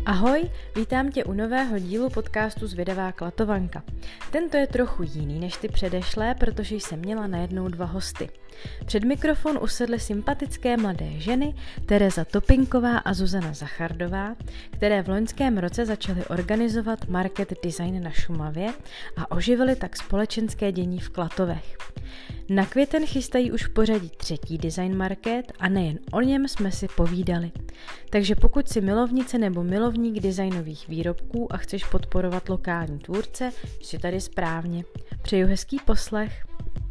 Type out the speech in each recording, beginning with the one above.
Ahoj, vítám tě u nového dílu podcastu Zvědavá klatovanka. Tento je trochu jiný než ty předešlé, protože jsem měla najednou 2 hosty. Před mikrofon usedly sympatické mladé ženy Tereza Topinková a Zuzana Zachardová, které v loňském roce začaly organizovat market design na Šumavě a oživily tak společenské dění v Klatovech. Na květen chystají už v pořadí 3. design market a nejen o něm jsme si povídali. Takže pokud jsi milovnice nebo milovník designových výrobků a chceš podporovat lokální tvůrce, jsi tady správně. Přeju hezký poslech.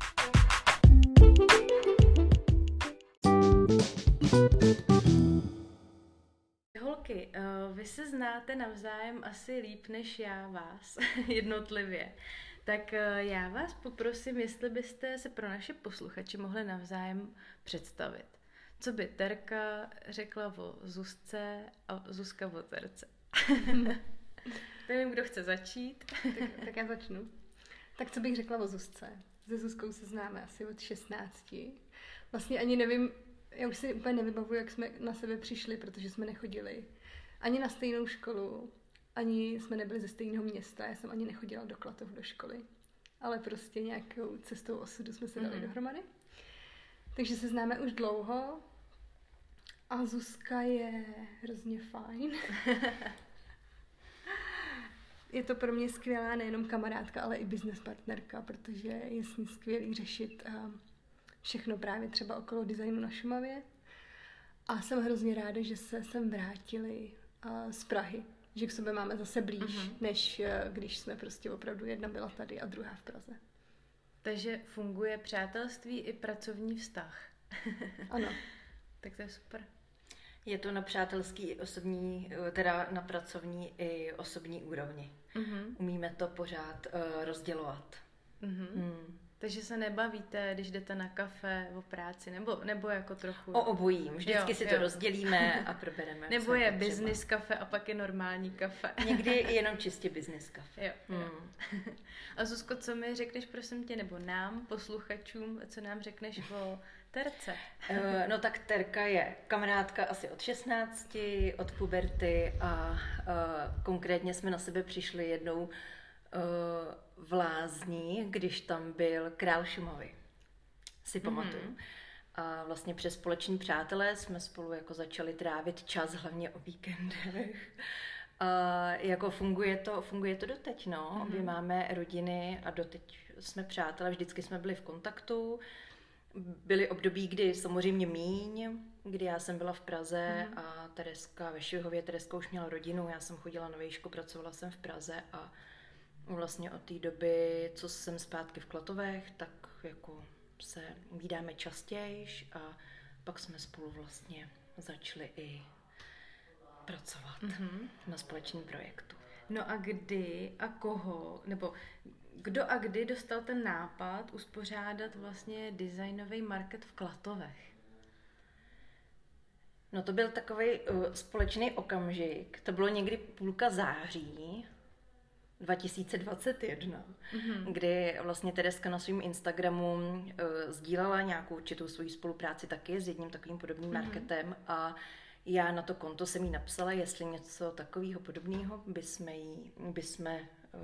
Holky, vy se znáte navzájem asi líp než já vás jednotlivě. Tak já vás poprosím, jestli byste se pro naše posluchače mohli navzájem představit. Co by Terka řekla o Zuzce a Zuzka o Terce? Nevím, kdo chce začít. Tak já začnu. Tak co bych řekla o Zuzce? Se Zuzkou se známe asi od 16. Vlastně ani nevím, já už si úplně nevybavuji, jak jsme na sebe přišli, protože jsme nechodili ani na stejnou školu, ani jsme nebyli ze stejného města, já jsem ani nechodila do Klatov do školy, ale prostě nějakou cestou osudu jsme se dali dohromady. Takže se známe už dlouho a Zuzka je hrozně fajn. Je to pro mě skvělá nejenom kamarádka, ale i business partnerka, protože je s ní skvělý řešit všechno právě třeba okolo designu na Šumavě. A jsem hrozně ráda, že se sem vrátili z Prahy. Že k sobě máme zase blíž, než když jsme prostě opravdu jedna byla tady a druhá v Praze. Takže funguje přátelství i pracovní vztah. Ano. Tak to je super. Je to na přátelský osobní, teda na pracovní i osobní úrovni. Umíme to pořád rozdělovat. Takže se nebavíte, když jdete na kafe o práci, nebo jako trochu... O obojím. Vždycky si to rozdělíme a probereme. Nebo je business kafe a pak je normální kafe. Někdy je jenom čistě business kafe. Jo. A Zuzko, co mi řekneš, prosím tě, nebo nám, posluchačům, co nám řekneš o Terce? No tak Terka je kamarádka asi od 16, od puberty a konkrétně jsme na sebe přišli jednou v Lázní, když tam byl král Šumavy. Si pamatuju. A vlastně přes společní přátelé jsme spolu jako začali trávit čas, hlavně o víkendech. A jako funguje to doteď, no. Obě máme rodiny a doteď jsme přátelé, vždycky jsme byli v kontaktu. Byly období, kdy samozřejmě míň, kdy já jsem byla v Praze a Tereska ve Švihově. Tereska už měla rodinu, já jsem chodila na výšku, pracovala jsem v Praze a vlastně od té doby, co jsem zpátky v Klatovech, tak jako se vídáme častějš a pak jsme spolu vlastně začali i pracovat na společném projektu. No a kdy a koho, nebo kdo a kdy dostal ten nápad uspořádat vlastně designový market v Klatovech? No to byl takový společný okamžik. To bylo někdy půlka září 2021, kdy vlastně Tereska na svém Instagramu sdílela nějakou určitou svoji spolupráci taky s jedním takovým podobným marketem a já na to konto jsem jí napsala, jestli něco takového podobného bychom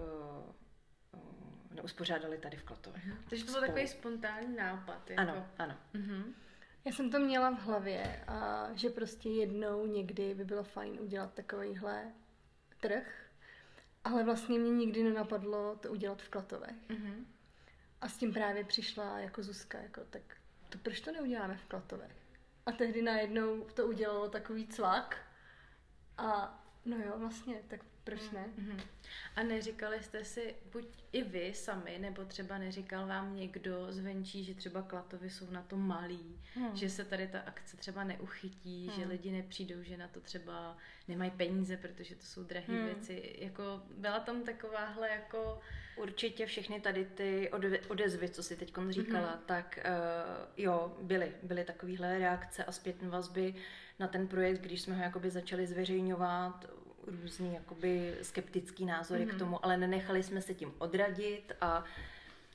neuspořádali tady v Klatovech. Takže to byl takový spontánní nápad. Jako. Ano. Já jsem to měla v hlavě a že prostě jednou někdy by bylo fajn udělat takovýhle trh, ale vlastně mě nikdy nenapadlo to udělat v Klatovech. A s tím právě přišla jako Zuzka, jako tak to proč to neuděláme v Klatovech? A tehdy najednou to udělalo takový cvak a no jo, vlastně, tak proč ne? A neříkali jste si, buď i vy sami, nebo třeba neříkal vám někdo zvenčí, že třeba Klatovy jsou na to malý, že se tady ta akce třeba neuchytí, že lidi nepřijdou, že na to třeba nemají peníze, protože to jsou drahé věci. Jako byla tam takováhle jako... Určitě všechny tady ty odezvy, co jsi teď říkala, tak jo, byly takovýhle reakce a zpětné vazby na ten projekt, když jsme ho jakoby začali zveřejňovat, různý jakoby skeptický názory k tomu, ale nenechali jsme se tím odradit a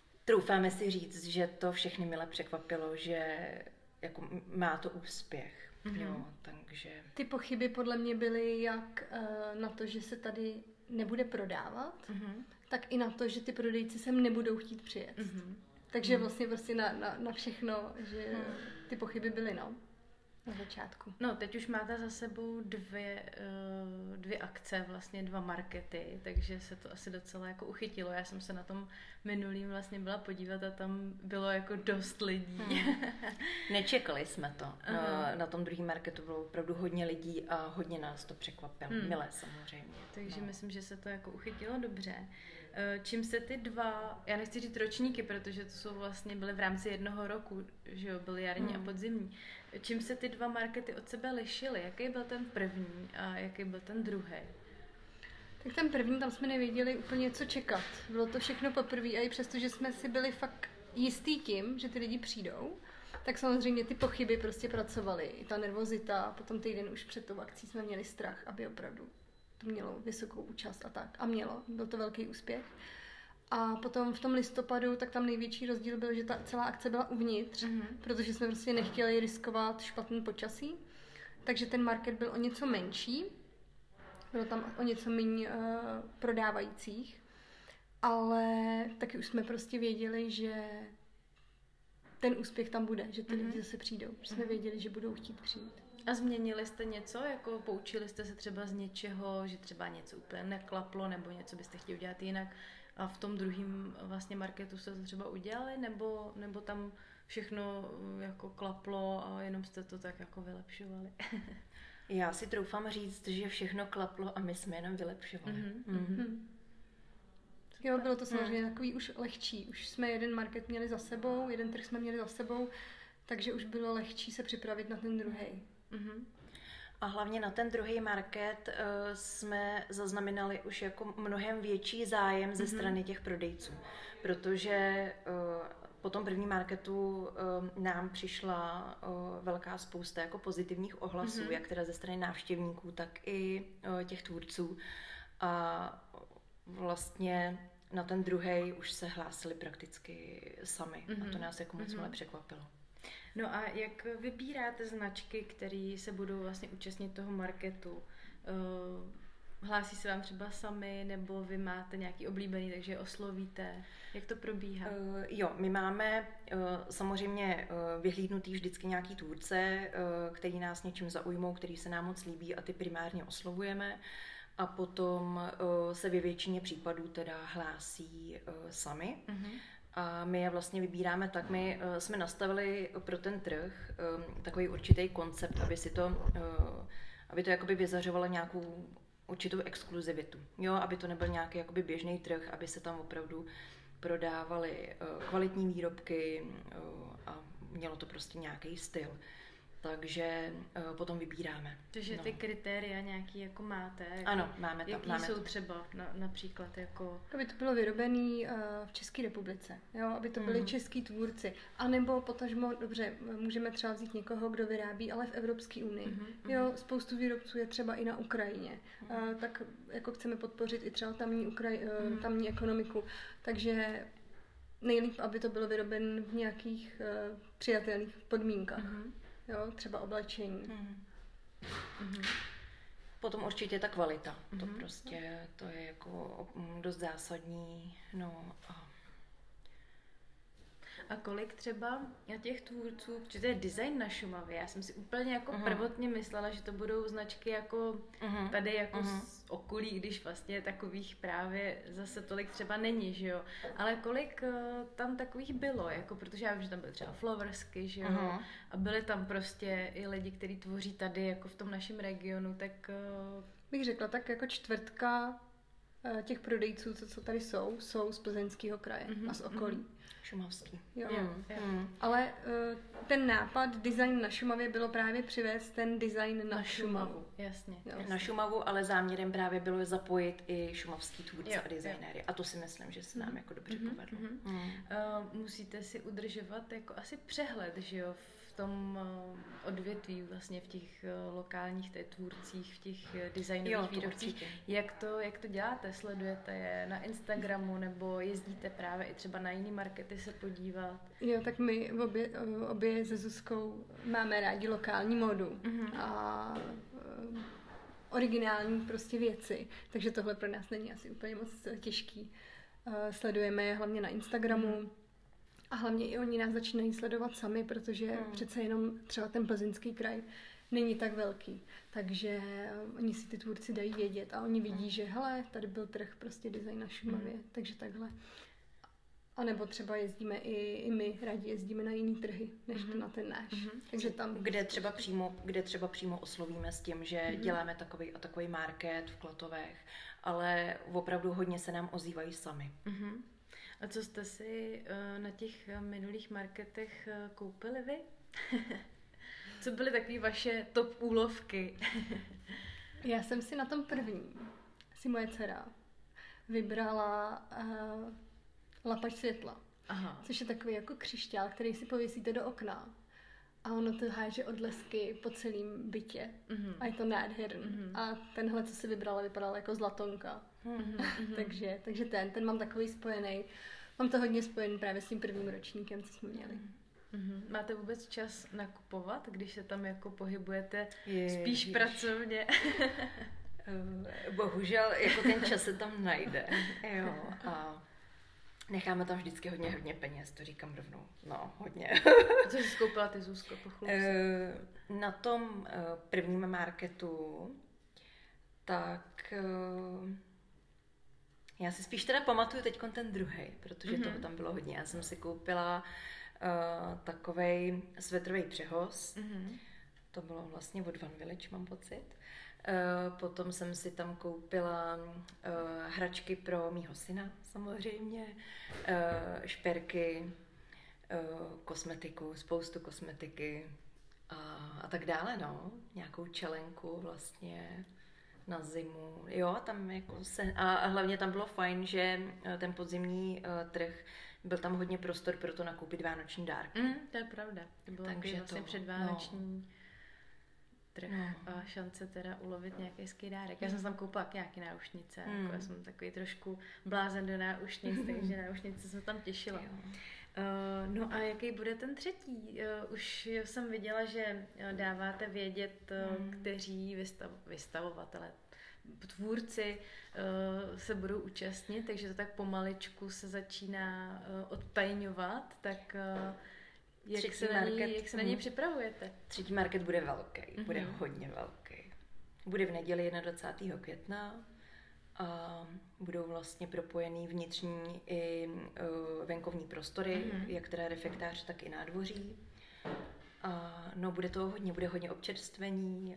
troufáme si říct, že to všechny mile překvapilo, že jako má to úspěch. Jo, takže... Ty pochyby podle mě byly jak na to, že se tady nebude prodávat, tak i na to, že ty prodejci sem nebudou chtít přijet. Takže vlastně prostě na všechno, že ty pochyby byly, no. Na začátku. No, teď už máte za sebou dvě akce, vlastně 2 markety, takže se to asi docela jako uchytilo. Já jsem se na tom minulým vlastně byla podívat a tam bylo jako dost lidí. Nečekali jsme to. Na tom druhém marketu bylo opravdu hodně lidí a hodně nás to překvapilo. Milé samozřejmě. Takže myslím, že se to jako uchytilo dobře. Čím se ty 2, já nechci říct ročníky, protože to jsou vlastně byly v rámci jednoho roku, že jo, byly jarní a podzimní. Čím se ty 2 markety od sebe lišily? Jaký byl ten první a jaký byl ten druhý? Tak ten první, tam jsme nevěděli úplně, co čekat. Bylo to všechno poprvé a i přesto, že jsme si byli fakt jistý tím, že ty lidi přijdou, tak samozřejmě ty pochyby prostě pracovaly. I ta nervozita, potom týden už před tou akcí jsme měli strach, aby opravdu to mělo vysokou účast a tak. A mělo, byl to velký úspěch. A potom v tom listopadu, tak tam největší rozdíl byl, že ta celá akce byla uvnitř, protože jsme prostě nechtěli riskovat špatný počasí. Takže ten market byl o něco menší, bylo tam o něco méně prodávajících, ale taky už jsme prostě věděli, že ten úspěch tam bude, že ty lidi zase přijdou, že jsme věděli, že budou chtít přijít. A změnili jste něco? Jako poučili jste se třeba z něčeho, že třeba něco úplně neklaplo, nebo něco byste chtěli udělat jinak? A v tom druhém vlastně marketu jste to třeba udělali, nebo tam všechno jako klaplo a jenom jste to tak jako vylepšovali? Já si troufám říct, že všechno klaplo a my jsme jenom vylepšovali. Jo, bylo to samozřejmě takový už lehčí. Už jsme jeden market měli za sebou, jeden trh jsme měli za sebou, takže už bylo lehčí se připravit na ten druhý. A hlavně na ten druhý market jsme zaznamenali už jako mnohem větší zájem ze strany těch prodejců, protože po tom prvním marketu nám přišla velká spousta jako pozitivních ohlasů, jak teda ze strany návštěvníků, tak i těch tvůrců. A vlastně na ten druhý už se hlásili prakticky sami. A to nás jako moc milé překvapilo. No a jak vybíráte značky, které se budou vlastně účastnit toho marketu? Hlásí se vám třeba sami, nebo vy máte nějaký oblíbený, takže je oslovíte? Jak to probíhá? Jo, my máme samozřejmě vyhlídnutý vždycky nějaký tvůrce, který nás něčím zaujmou, který se nám moc líbí a ty primárně oslovujeme. A potom se ve většině případů teda hlásí sami. A my je vlastně vybíráme tak, my jsme nastavili pro ten trh takový určitý koncept, aby to jakoby vyzařovalo nějakou určitou exkluzivitu. Jo, aby to nebyl nějaký jakoby běžný trh, aby se tam opravdu prodávaly kvalitní výrobky a mělo to prostě nějaký styl. Takže potom vybíráme. Takže ty kritéria nějaký jako máte? Jako, ano, máme tam. Jaký jsou třeba například jako... Aby to bylo vyrobené v České republice, jo? Aby to byli český tvůrci. A nebo potažmo, dobře, můžeme třeba vzít někoho, kdo vyrábí, ale v Evropské unii. Jo, spoustu výrobců je třeba i na Ukrajině. Tak jako chceme podpořit i třeba tamní ekonomiku. Takže nejlíp, aby to bylo vyroben v nějakých přijatelných podmínkách. Jo, třeba oblečení. Potom určitě ta kvalita. To prostě, to je jako dost zásadní. No a kolik třeba těch tvůrců, protože to je design na Šumavě, já jsem si úplně jako prvotně myslela, že to budou značky jako tady jako z okolí, když vlastně takových právě zase tolik třeba není, že jo. Ale kolik tam takových bylo, jako protože já vím, že tam byly třeba flowersky, že jo, a byly tam prostě i lidi, kteří tvoří tady jako v tom našem regionu, tak... Bych řekla tak jako čtvrtka těch prodejců, co tady jsou z Plzeňského kraje a z okolí. Šumavský. Jo. Ale ten nápad design na Šumavě bylo právě přivést ten design na Šumavu. Jasně. Na Šumavu, ale záměrem právě bylo zapojit i šumavský tvůrce a designéry. A to si myslím, že se nám jako dobře povedlo. Musíte si udržovat jako asi přehled, že jo, v tom odvětví, vlastně v těch lokálních tvůrcích, v těch designových výrobcích. Jak to děláte? Sledujete je na Instagramu nebo jezdíte právě i třeba na jiný market markety se podívat. Jo, tak my obě se Zuzkou máme rádi lokální módu a originální prostě věci, takže tohle pro nás není asi úplně moc těžký. Sledujeme je hlavně na Instagramu a hlavně i oni nás začínají sledovat sami, protože přece jenom třeba ten Plzeňský kraj není tak velký, takže oni si ty tvůrci dají vědět a oni vidí, že hele, tady byl trh prostě design na Šumavě, takže takhle. A nebo třeba jezdíme i my rádi jezdíme na jiný trhy, než na ten náš. Takže tam... Kde třeba přímo oslovíme s tím, že děláme takový a takový market v Klatovech, ale opravdu hodně se nám ozývají sami. A co jste si na těch minulých marketech koupili vy? Co byly takové vaše top úlovky? Já jsem si na tom první, moje dcera, vybrala lapač světla. Aha. Což je takový jako křišťál, který si pověsíte do okna. A ono to háže odlesky po celém bytě. A je to nádherný. A tenhle, co si vybrala, vypadal jako zlatonka. takže ten mám takový spojený. Mám to hodně spojený právě s tím prvním ročníkem, co jsme měli. Máte vůbec čas nakupovat, když se tam jako pohybujete spíš pracovně? Bohužel, jako ten čas se tam najde. Jo, a necháme tam vždycky hodně peněz, to říkám rovnou. No, hodně. A co jsi skoupila ty, Zuzko? Na tom prvním marketu, tak já si spíš teda pamatuju teď ten druhý, protože toho tam bylo hodně. Já jsem si koupila takovej svetrový přehoz. To bylo vlastně od Van Village, mám pocit. Potom jsem si tam koupila hračky pro mýho syna, samozřejmě, šperky, kosmetiku, spoustu kosmetiky a tak dále, no. Nějakou čelenku vlastně na zimu. Jo, tam jako a hlavně tam bylo fajn, že ten podzimní trh, byl tam hodně prostor pro to nakoupit vánoční dárky. To je pravda. To bylo vlastně předvánoční trh a šance teda ulovit nějaký hezký dárek. Já jsem tam koupila nějaké náušnice, jako já jsem takový trošku blázen do náušnic, takže náušnice jsem tam těšila. No a jaký bude ten třetí? Už jsem viděla, že dáváte vědět, kteří vystavovatelé, tvůrci se budou účastnit, takže to tak pomaličku se začíná odtajňovat, tak jak se na něj připravujete? Třetí market bude velký, bude hodně velký. Bude v neděli 21. května a budou vlastně propojený vnitřní i venkovní prostory, jak teda refektář, tak i nádvoří. No, bude hodně občerstvení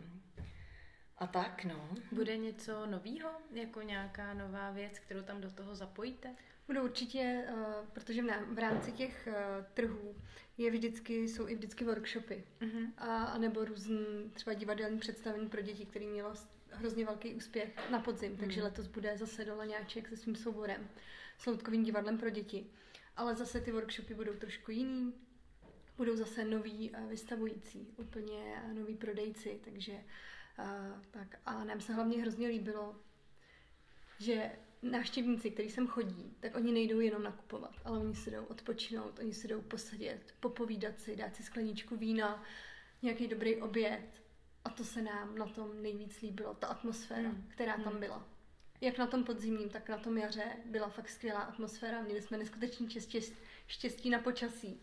a tak, no. Bude něco novýho? Jako nějaká nová věc, kterou tam do toho zapojíte? Budou určitě, protože v rámci těch trhů jsou i vždycky workshopy. A nebo různý třeba divadelní představení pro děti, který mělo hrozně velký úspěch na podzim. Takže letos bude zase Dolaňáček se svým souborem, s loutkovým divadlem pro děti. Ale zase ty workshopy budou trošku jiný. Budou zase noví vystavující, úplně noví prodejci, takže tak. A nám se hlavně hrozně líbilo, že návštěvníci, kteří sem chodí, tak oni nejdou jenom nakupovat, ale oni si jdou odpočinout, oni si jdou posadit, popovídat si, dát si skleničku vína, nějaký dobrý oběd. A to se nám na tom nejvíc líbilo, ta atmosféra, která tam byla. Jak na tom podzimním, tak na tom jaře byla fakt skvělá atmosféra. Měli jsme neskutečný štěstí na počasí.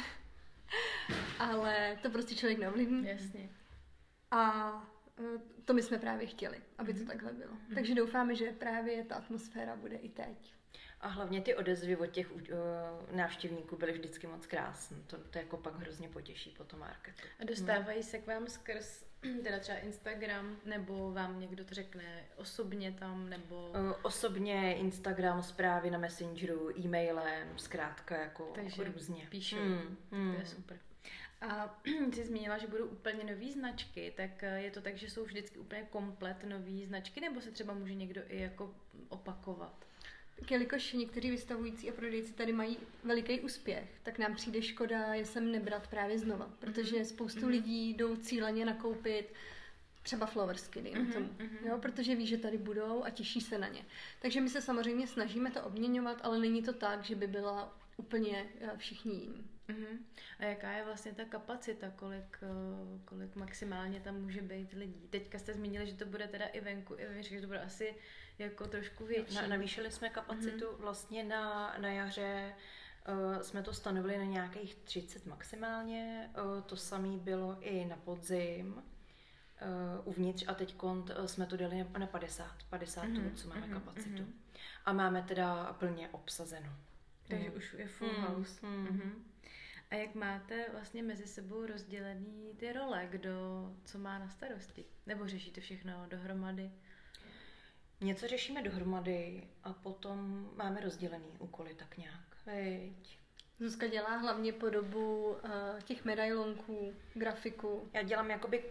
Ale to prostě člověk neovlivní. Jasně. A to my jsme právě chtěli, aby to takhle bylo. Takže doufáme, že právě ta atmosféra bude i teď. A hlavně ty odezvy od těch návštěvníků byly vždycky moc krásné. To jako pak hrozně potěší po tom marketu. A dostávají se k vám skrz teda třeba Instagram, nebo vám někdo to řekne osobně tam, nebo... Osobně, Instagram, zprávy na Messengeru, e-mailem, zkrátka jako takže různě. Píšou, to je super. A jsi zmínila, že budou úplně nový značky, tak je to tak, že jsou vždycky úplně komplet nový značky, nebo se třeba může někdo i jako opakovat? Tak jelikož někteří vystavující a prodejci tady mají veliký úspěch, tak nám přijde škoda je sem nebrat právě znova, protože spoustu lidí jdou cíleně nakoupit třeba flowersky, dejme tomu, jo, protože ví, že tady budou a těší se na ně. Takže my se samozřejmě snažíme to obměňovat, ale není to tak, že by byla úplně všichni jiní. A jaká je vlastně ta kapacita, kolik maximálně tam může být lidí? Teďka jste zmínili, že to bude teda i venku, i vevnitř, že to bude asi jako trošku větší. Navýšili jsme kapacitu vlastně na jaře, jsme to stanovili na nějakých 30 maximálně, to samé bylo i na podzim uvnitř a teď jsme to dali na 50 co máme kapacitu. A máme teda plně obsazeno. Takže už je full house. A jak máte vlastně mezi sebou rozdělený ty role, kdo co má na starosti? Nebo řešíte všechno dohromady? Něco řešíme dohromady a potom máme rozdělený úkoly tak nějak. Veď. Zuzka dělá hlavně podobu těch medailonků, grafiku. Já dělám jakoby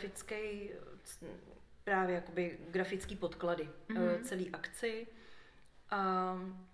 grafický podklady celý akci. A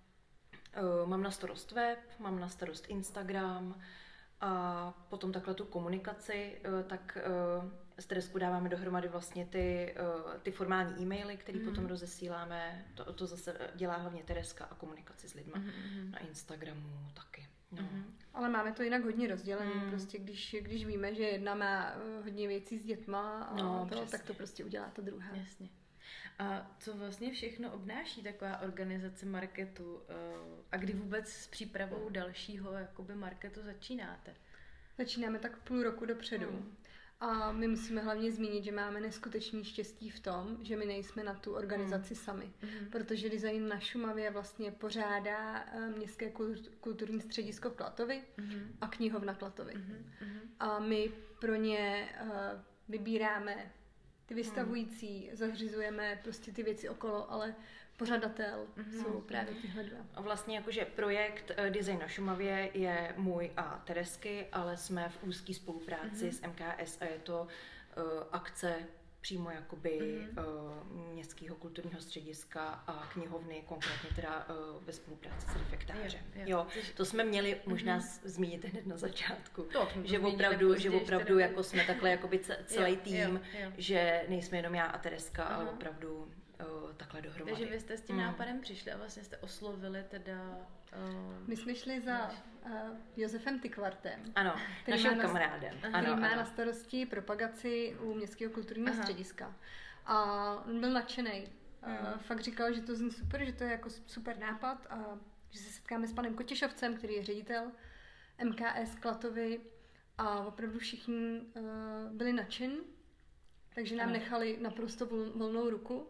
mám na starost web, mám na starost Instagram a potom takhle tu komunikaci, tak s Tereskou dáváme dohromady vlastně ty formální e-maily, které potom rozesíláme. To zase dělá hlavně Tereska a komunikaci s lidmi na Instagramu taky. No. Ale máme to jinak hodně rozdělené, prostě když víme, že jedna má hodně věcí s dětma a tak to prostě udělá ta druhá. Jasně. A co vlastně všechno obnáší taková organizace marketu a kdy vůbec s přípravou dalšího jakoby marketu začínáte? Začínáme tak půl roku dopředu. A my musíme hlavně zmínit, že máme neskutečný štěstí v tom, že my nejsme na tu organizaci sami. Protože Design na Šumavě vlastně pořádá Městské kulturní středisko v Klatovy a knihovna Klatovy. A my pro ně vybíráme ty vystavující, zařizujeme prostě ty věci okolo, ale pořadatel jsou právě tyhle dva. A vlastně jakože projekt Design na Šumavě je můj a Teresky, ale jsme v úzké spolupráci s MKS a je to akce přímo jakoby Městského kulturního střediska a knihovny, konkrétně teda ve spolupráci s refektářem. Jo, to jsme měli možná zmínit hned na začátku, že opravdu jako jsme takhle jakoby celý tým, že nejsme jenom já a Tereska, ale opravdu takhle dohromady. Takže vy jste s tím nápadem přišli a vlastně jste oslovili teda... My jsme šli za Josefem Tykvartem. Ano, naším kamarádem. Který má na starosti propagaci u Městského kulturního střediska. A on byl nadšenej. Fakt říkal, že to zní super, že to je jako super nápad a že se setkáme s panem Kotěšovcem, který je ředitel MKS Klatovy a opravdu všichni byli nadšení. Takže nám nechali naprosto volnou ruku,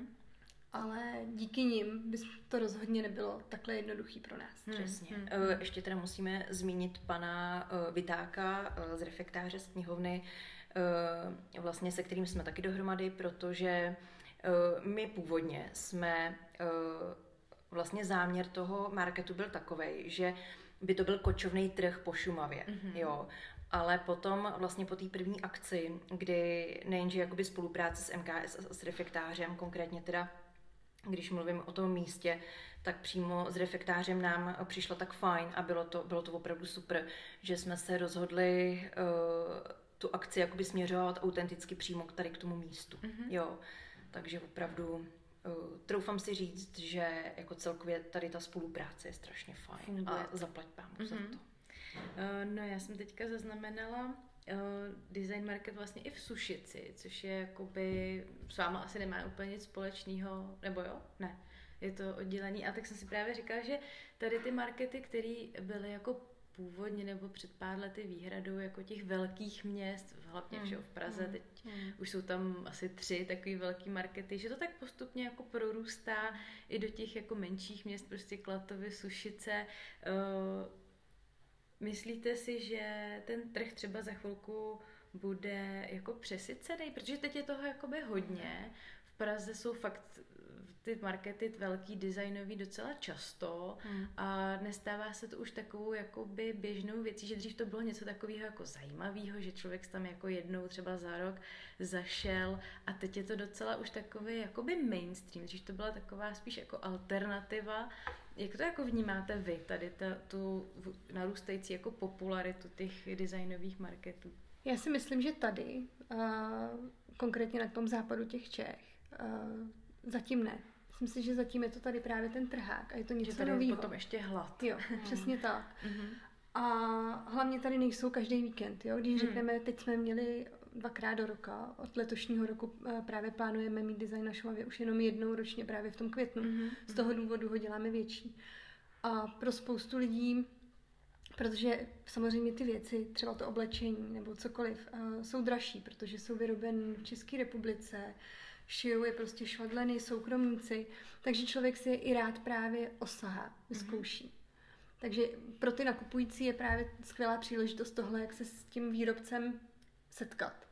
ale díky nim by to rozhodně nebylo takhle jednoduchý pro nás. Přesně. Ještě teda musíme zmínit pana Vitáka z refektáře z knihovny, vlastně se kterým jsme taky dohromady, protože my původně jsme, vlastně záměr toho marketu byl takovej, že by to byl kočovný trh po Šumavě, jo. Ale potom vlastně po té první akci, kdy nejenže jakoby spolupráce s MKS a s refektářem, konkrétně teda, když mluvím o tom místě, tak přímo s refektářem nám přišlo tak fajn a bylo to opravdu super, že jsme se rozhodli tu akci jakoby směřovat autenticky přímo tady k tomu místu. Jo, takže opravdu troufám si říct, že jako celkově tady ta spolupráce je strašně fajn a zaplať pámu za to. No já jsem teďka zaznamenala design market vlastně i v Sušici, což je jakoby, s váma asi nemá úplně nic společného, nebo jo? Ne, je to oddělený. A tak jsem si právě říkala, že tady ty markety, které byly jako původně nebo před pár lety výhradou jako těch velkých měst, hlavně všeho v Praze, teď už jsou tam asi 3 takový velký markety, že to tak postupně jako prorůstá i do těch jako menších měst, prostě Klatovy, Sušice. Myslíte si, že ten trh třeba za chvilku bude jako přesycený? Protože teď je toho jakoby hodně. V Praze jsou fakt ty markety velký, designový docela často a nestává se to už takovou jakoby běžnou věcí, že dřív to bylo něco takového jako zajímavého, že člověk tam jako jednou třeba za rok zašel a teď je to docela už takový jakoby mainstream, dřív to byla taková spíš jako alternativa. Jak to jako vnímáte vy, tady tu narůstající jako popularitu těch designových marketů? Já si myslím, že tady, konkrétně na tom západu těch Čech, zatím ne. Myslím si, že zatím je to tady právě ten trhák a je to něco tady novýho. Potom ještě hlad. Jo, přesně tak. A hlavně tady nejsou každý víkend, jo. Když řekneme, teď jsme měli 2krát do roka, od letošního roku právě plánujeme mít design na Šumavě už jenom jednou ročně právě v tom květnu. Z toho důvodu ho děláme větší. A pro spoustu lidí, protože samozřejmě ty věci, třeba to oblečení nebo cokoliv, jsou dražší, protože jsou vyrobeny v České republice, šijou je prostě švadleny, soukromníci, takže člověk si je i rád právě osahá, vyzkouší. Takže pro ty nakupující je právě skvělá příležitost tohle, jak se s tím výrobcem setkat.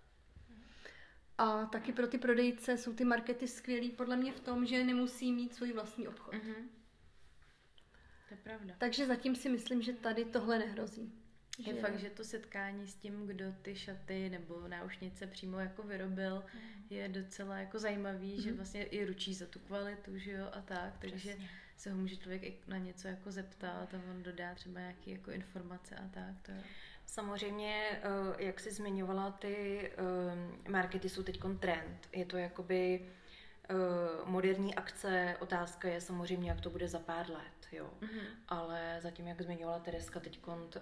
A taky pro ty prodejce jsou ty markety skvělý podle mě v tom, že nemusí mít svůj vlastní obchod. To je pravda. Takže zatím si myslím, že tady tohle nehrozí. Je fakt, že to setkání s tím, kdo ty šaty nebo náušnice přímo jako vyrobil, je docela jako zajímavý, že vlastně i ručí za tu kvalitu, že jo, a tak, takže se ho může člověk i na něco jako zeptat a on dodá třeba nějaké jako informace a tak. To je... Samozřejmě, jak jsi zmiňovala, ty markety jsou teďkon trend. Je to jakoby moderní akce, otázka je samozřejmě, jak to bude za pár let, jo. Ale zatím, jak zmiňovala Tereska, teďkon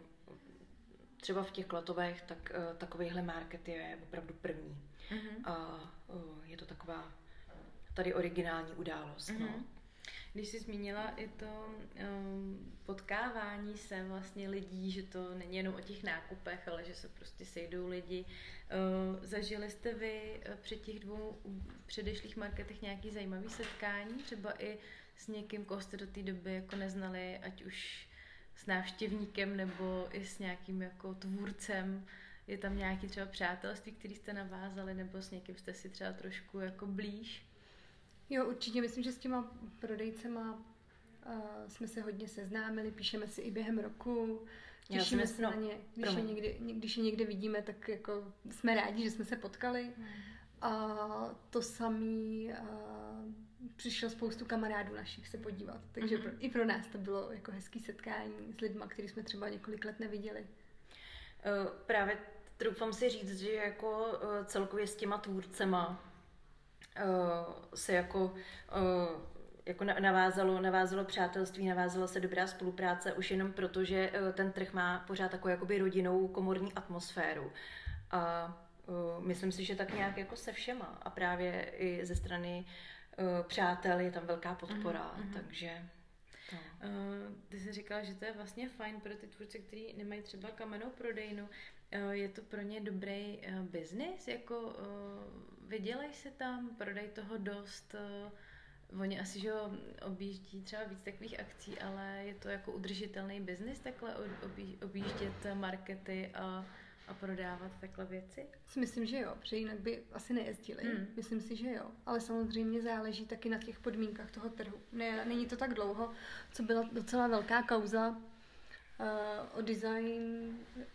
třeba v těch Klatovech, tak takovýhle market je opravdu první. A je to taková tady originální událost, no. Když jsi zmínila i to potkávání se vlastně lidí, že to není jenom o těch nákupech, ale že se prostě sejdou lidi. Zažili jste vy při těch 2 předešlých marketech nějaký zajímavý setkání? Třeba i s někým, koho jste do té doby jako neznali, ať už s návštěvníkem nebo i s nějakým jako tvůrcem? Je tam nějaký třeba přátelství, který jste navázali, nebo s někým jste si třeba trošku jako blíž? Jo, určitě. Myslím, že s těma prodejcema jsme se hodně seznámili, píšeme si i během roku, těšíme se na ně. Když je někde vidíme, tak jako jsme rádi, že jsme se potkali. A to samý přišlo spoustu kamarádů našich se podívat. Takže i pro nás to bylo jako hezký setkání s lidma, který jsme třeba několik let neviděli. Právě troufám si říct, že jako celkově s těma tvůrcema se jako navázalo přátelství, navázala se dobrá spolupráce už jenom proto, že ten trh má pořád takovou jakoby rodinnou komorní atmosféru. A myslím si, že tak nějak jako se všema. A právě i ze strany přátel je tam velká podpora, takže... Ty jsi říkala, že to je vlastně fajn pro ty tvůrce, kteří nemají třeba kamennou prodejnu. Je to pro ně dobrý biznis? Jako vydělají se tam, prodají toho dost? Oni asi, že objíždí třeba víc takových akcí, ale je to jako udržitelný biznis takhle objíždět markety a prodávat takhle věci? Myslím, že jo, protože jinak by asi nejezdili. Myslím si, že jo. Ale samozřejmě záleží taky na těch podmínkách toho trhu. Není to tak dlouho, co byla docela velká kauza o design...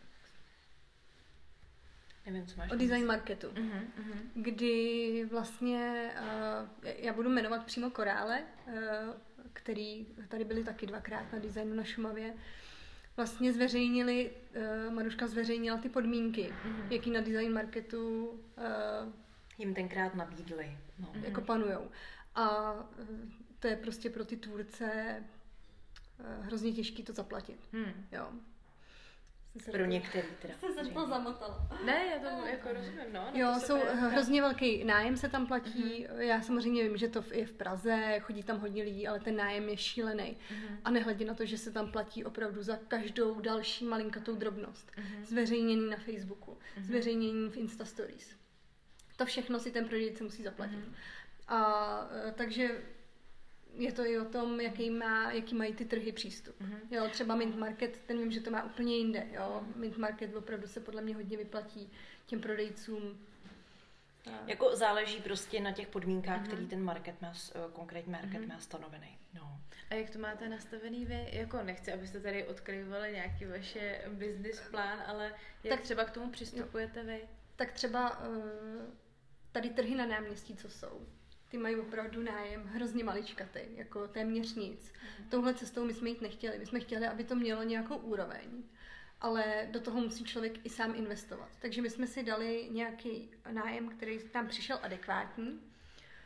Nevím, co máš o design marketu, kdy vlastně, já budu jmenovat přímo Korále, který tady byli taky 2krát na designu na Šumavě, vlastně Maruška zveřejnila ty podmínky, jaký na design marketu jim tenkrát nabídli. Jako panujou. A to je prostě pro ty tvůrce hrozně těžký to zaplatit. Jo. Pro některý teda. Jsem to zamotala. Ne, já to jako rozumím, no. Jo, hrozně velký nájem se tam platí. Já samozřejmě vím, že to je v Praze, chodí tam hodně lidí, ale ten nájem je šílený. A nehledě na to, že se tam platí opravdu za každou další malinkatou drobnost. Zveřejněný na Facebooku, zveřejněný v Insta Stories. To všechno si ten prodejce musí zaplatit. A takže je to i o tom, jaký mají ty trhy přístup. Jo, třeba Mint Market, ten vím, že to má úplně jinde. Jo. Mint Market opravdu se podle mě hodně vyplatí těm prodejcům. Jako záleží prostě na těch podmínkách, který ten market má, konkrétní market má stanovený. No. A jak to máte nastavený vy? Jako nechci, abyste tady odkrývali nějaký vaše business plán, ale jak třeba k tomu přistupujete vy? Tak třeba tady trhy na náměstí, co jsou. Ty mají opravdu nájem hrozně maličkatý, jako téměř nic. Touhle cestou my jsme jít nechtěli. My jsme chtěli, aby to mělo nějakou úroveň, ale do toho musí člověk i sám investovat. Takže my jsme si dali nějaký nájem, který tam přišel adekvátní.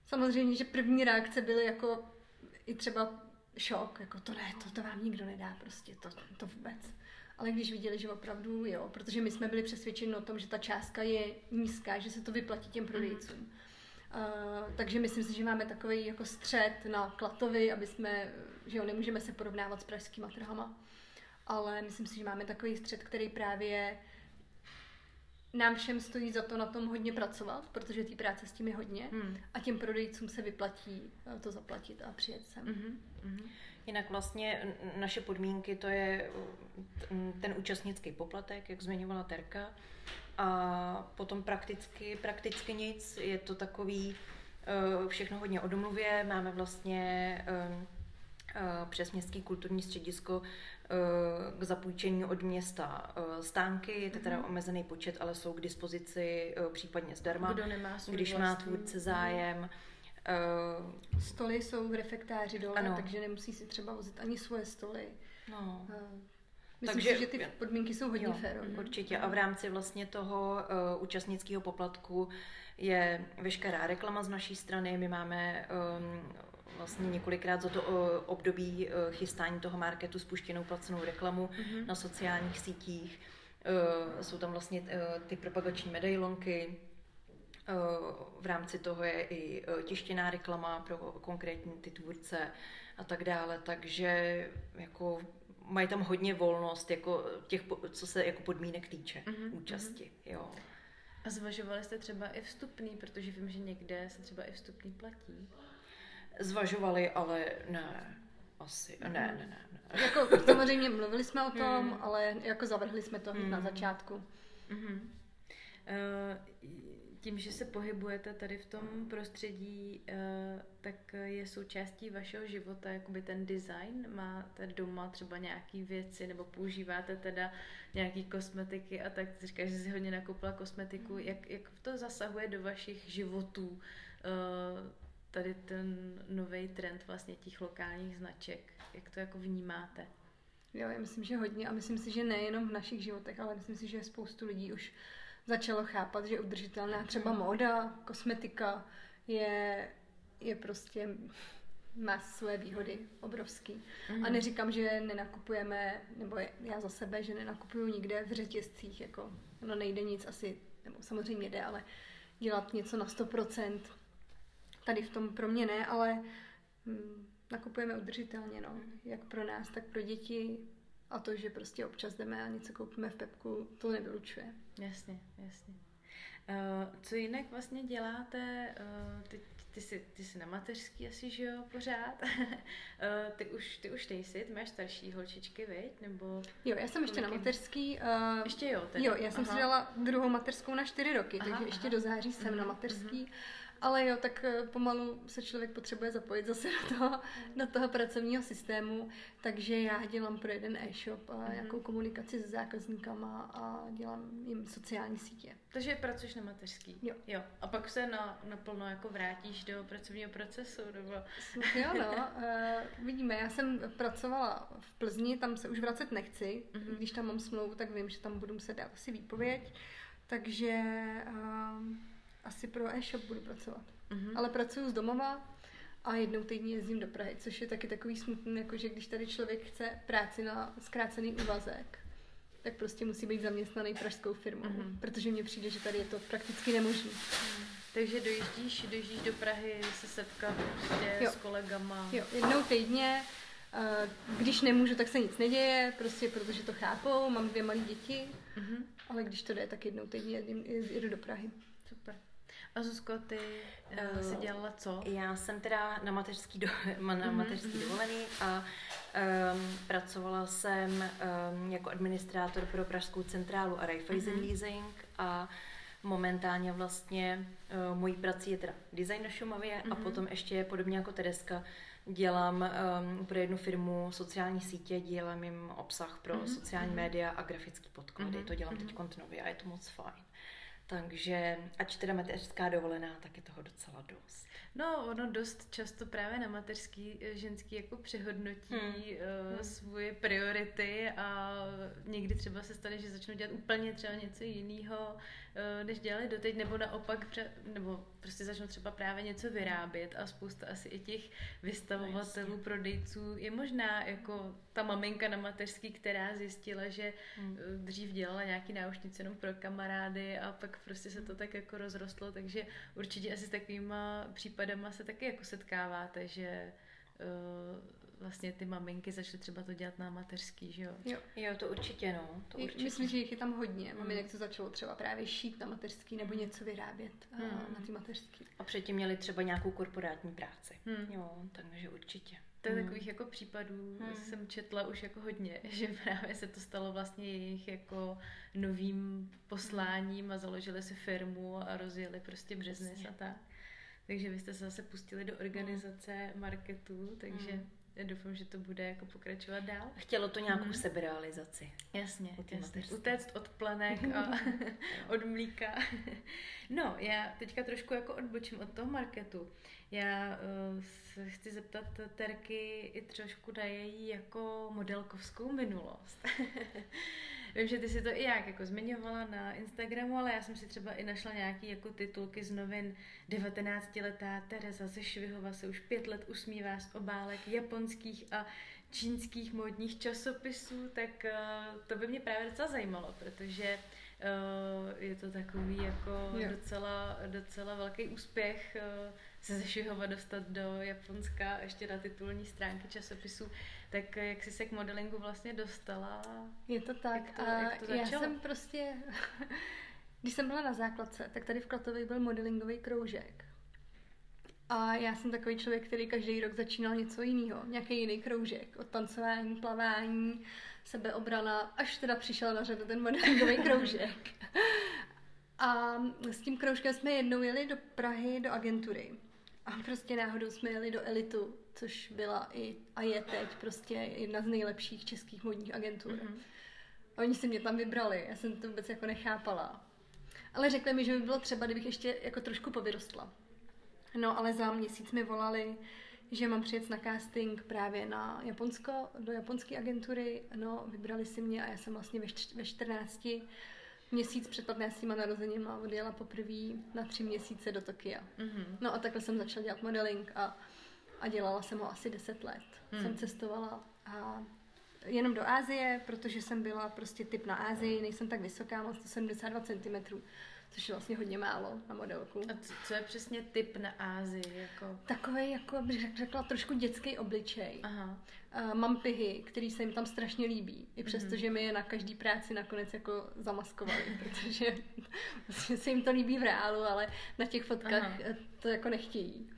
samozřejmě, že první reakce byly jako i třeba šok, jako to ne, to vám nikdo nedá prostě, to vůbec. Ale když viděli, že opravdu jo, protože my jsme byli přesvědčeni o tom, že ta částka je nízká, že se to vyplatí těm prodejcům. Takže myslím si, že máme takový jako střed na Klatovy, aby jsme, že jo, nemůžeme se porovnávat s pražskýma trhama, ale myslím si, že máme takový střed, který právě nám všem stojí za to na tom hodně pracovat, protože té práce s tím je hodně a těm prodejcům se vyplatí to zaplatit a přijet sem. Jinak vlastně naše podmínky, to je ten účastnický poplatek, jak zmiňovala Terka, a potom prakticky nic, je to takový všechno hodně o domluvě, máme vlastně přes Městský kulturní středisko k zapůjčení od města stánky, je to teda omezený počet, ale jsou k dispozici případně zdarma, když má tvůrce zájem. Stoly jsou v refektáři dole, ano. Takže nemusí si třeba vozit ani svoje stoly. No. Myslím si, že ty podmínky jsou hodně férové. Určitě. A v rámci vlastně toho účastnického poplatku je veškerá reklama z naší strany. My máme vlastně několikrát za to období chystání toho marketu spuštěnou placenou reklamu na sociálních sítích. Jsou tam vlastně ty propagační medailonky. V rámci toho je i tištěná reklama pro konkrétní ty tvůrce a tak dále, takže jako mají tam hodně volnost, jako těch, co se jako podmínek týče účasti. Jo. A zvažovali jste třeba i vstupný, protože vím, že někde se třeba i vstupný platí. Zvažovali, ale ne. Asi. Ne. Jako samozřejmě mluvili jsme o tom, ale jako zavrhli jsme to na začátku. Tím, že se pohybujete tady v tom prostředí, tak je součástí vašeho života jakoby ten design? Máte doma třeba nějaký věci nebo používáte teda nějaký kosmetiky a tak říkáš, že jsi hodně nakoupila kosmetiku. Jak to zasahuje do vašich životů tady ten nový trend vlastně těch lokálních značek? Jak to jako vnímáte? Jo, já myslím, že hodně a myslím si, že nejenom v našich životech, ale myslím si, že spoustu lidí už začalo chápat, že udržitelná třeba móda, kosmetika je prostě, má své výhody obrovský. A neříkám, že nenakupujeme, nebo já za sebe, že nenakupuju nikde v řetězcích, jako ono nejde nic asi, nebo samozřejmě jde, ale dělat něco na 100%, tady v tom pro mě ne, ale nakupujeme udržitelně, no, jak pro nás, tak pro děti. A to, že prostě občas jdeme a něco koupíme v Pepku, to nevylučuje. Jasně. Co jinak vlastně děláte? Ty jsi na mateřský asi, že jo, pořád? Ty už nejsi, ty máš starší holčičky, viď? Nebo jo, já jsem ještě na mateřský. Ještě jo, teda. Jo, já jsem si dala druhou mateřskou na 4 roky, takže ještě do září jsem na mateřský. Ale jo, tak pomalu se člověk potřebuje zapojit zase do toho pracovního systému, takže já dělám pro jeden e-shop a nějakou komunikaci s zákazníkama a dělám jim sociální sítě. Takže pracuješ na mateřský? Jo. A pak se naplno jako vrátíš do pracovního procesu? Nebo... Jo, no. Vidíme, já jsem pracovala v Plzni, tam se už vracet nechci. Když tam mám smlouvu, tak vím, že tam budu muset dát asi výpověď. Takže... asi pro e-shop budu pracovat. Ale pracuji z domova a jednou týdně jezdím do Prahy, což je taky takový smutný, jakože když tady člověk chce práci na zkrácený úvazek, tak prostě musí být zaměstnaný pražskou firmou, protože mně přijde, že tady je to prakticky nemožné. Takže dojíždíš do Prahy se setkat prostě s kolegama? Jo, jednou týdně. Když nemůžu, tak se nic neděje, prostě protože to chápou, mám 2 malé děti, ale když to jde, tak jednou týdně jedu do Prahy. Super. A Zuzko, ty jsi dělala co? Já jsem teda na mateřský dovolený a pracovala jsem jako administrátor pro pražskou centrálu a Raiffeisen Leasing a momentálně vlastně mojí prací je teda design na Šumavě a potom ještě podobně jako Tereska dělám pro jednu firmu sociální sítě, dělám jim obsah pro sociální média a grafické podklady. To dělám teď nově a je to moc fajn. Takže ač teda mateřská dovolená, tak je toho docela dost. No, ono dost často právě na mateřský ženský jako přehodnotí svoje priority a někdy třeba se stane, že začnou dělat úplně třeba něco jiného, než dělali doteď, nebo naopak, nebo prostě začnou třeba právě něco vyrábět a spousta asi i těch vystavovatelů, prodejců je možná jako ta maminka na mateřský, která zjistila, že dřív dělala nějaký náušnice jenom pro kamarády a pak prostě se to tak jako rozrostlo, takže určitě asi s takovýma případama se taky jako setkáváte, že vlastně ty maminky začaly třeba to dělat na mateřský, že jo? Jo, to určitě, no. To určitě. Myslím, že jich je tam hodně. Maminek, co začalo třeba právě šít na mateřský nebo něco vyrábět na ty mateřský. A předtím měli třeba nějakou korporátní práci. Jo, takže určitě. To je takových jako případů jsem četla už jako hodně, že právě se to stalo vlastně jejich jako novým posláním a založili si firmu a rozjeli prostě business a tak. Takže vy jste se zase pustili do organizace marketu, takže já doufám, že to bude jako pokračovat dál. Chtělo to nějakou seberealizaci. Jasně. Utéct od plenek a od mlíka. No, já teďka trošku jako odbočím od toho marketu. Já se chci zeptat Terky i trošku na její jako modelkovskou minulost. Vím, že ty si to i jak jako zmiňovala na Instagramu, ale já jsem si třeba i našla nějaký jako titulky z novin. 19letá Tereza ze Švihova se už 5 let usmívá z obálek japonských a čínských módních časopisů, tak to by mě právě docela zajímalo, protože je to takový jako docela velký úspěch se ze Švihova dostat do Japonska a ještě na titulní stránky časopisů. Tak jak jsi se k modelingu vlastně dostala? Je to tak. Jak to začalo? Já jsem prostě, když jsem byla na základce, tak tady v Klatově byl modelingový kroužek. A já jsem takový člověk, který každý rok začínal něco jiného, nějaký jiný kroužek, od tancování, plavání, sebeobrana, až teda přišel na řadu ten modelingový kroužek. A s tím kroužkem jsme jednou jeli do Prahy, do agentury. A prostě náhodou jsme jeli do Elitu, což byla a je teď prostě jedna z nejlepších českých módních agentur. A oni si mě tam vybrali, já jsem to vůbec jako nechápala. Ale řekli mi, že by bylo třeba, kdybych ještě jako trošku povyrostla. No, ale za měsíc mi volali, že mám přijet na casting právě na Japonsko, do japonské agentury. No, vybrali si mě a já jsem vlastně ve 14 měsíc před 15 narozeníma odjela poprvé na 3 měsíce do Tokia. No a takhle jsem začala dělat modeling a dělala jsem ho asi 10 let. Jsem cestovala a jenom do Asie, protože jsem byla prostě typ na Asii, nejsem tak vysoká, mám 172 cm, což je vlastně hodně málo na modelku. A co je přesně typ na Asii? Jako? Takový, jako bych řekla, trošku dětský obličej. Aha. Mám pihy, který se jim tam strašně líbí. I přesto, že mi je na každý práci nakonec jako zamaskovali, protože vlastně se jim to líbí v reálu, ale na těch fotkách to jako nechtějí.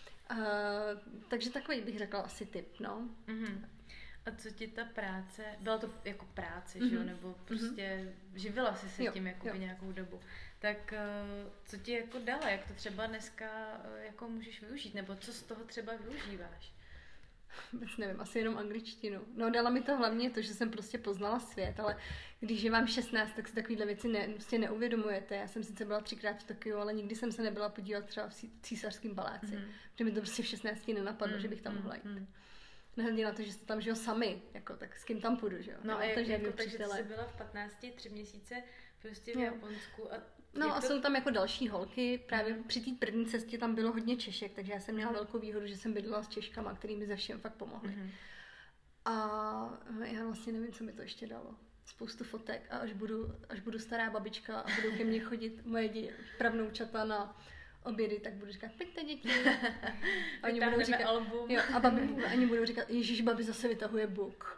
Takže takový bych řekla asi typ, no. A co ti ta práce, byla to jako práce, že jo, nebo prostě živila jsi se tím jakoby nějakou dobu, tak co ti jako dala, jak to třeba dneska jako můžeš využít, nebo co z toho třeba využíváš? Vůbec nevím, asi jenom angličtinu. No, dala mi to hlavně to, že jsem prostě poznala svět, ale když je vám 16, tak si takovýhle věci prostě neuvědomujete. Já jsem sice byla 3krát v Tokiu, ale nikdy jsem se nebyla podívat třeba v Císařském paláci, protože mi to prostě v 16 nenapadlo, že bych tam mohla jít. Nehledě na to, že jste tam, že jo, sami, jako, tak s kým tam půjdu, že jo. No a takže jsi byla v 15, 3 měsíce prostě v Japonsku a... No a jsou tam jako další holky, právě při té první cestě tam bylo hodně Češek, takže já jsem měla velkou výhodu, že jsem bydlela s Češkama, který mi ze všem fakt pomohli. A já vlastně nevím, co mi to ještě dalo. Spoustu fotek a až budu stará babička a budou ke mně chodit moje pravnoučata na obědy, tak budu říkat, pojďte děti. A oni budou říkat, album. Jo, a oni budou říkat, ježíš, babi zase vytahuje book.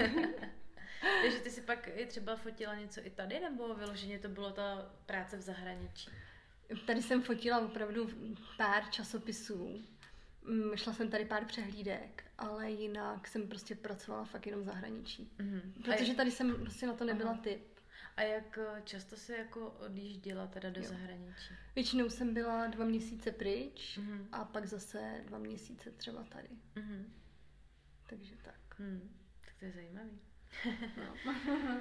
Takže ty si pak i třeba fotila něco i tady, nebo vyloženě to bylo ta práce v zahraničí? Tady jsem fotila opravdu pár časopisů. Šla jsem tady pár přehlídek, ale jinak jsem prostě pracovala fakt jenom v zahraničí. Protože tady jsem prostě na to nebyla typ. A jak často se jako odjížděla teda do zahraničí? Většinou jsem byla 2 měsíce pryč a pak zase 2 měsíce třeba tady. Takže tak. Tak to je zajímavý.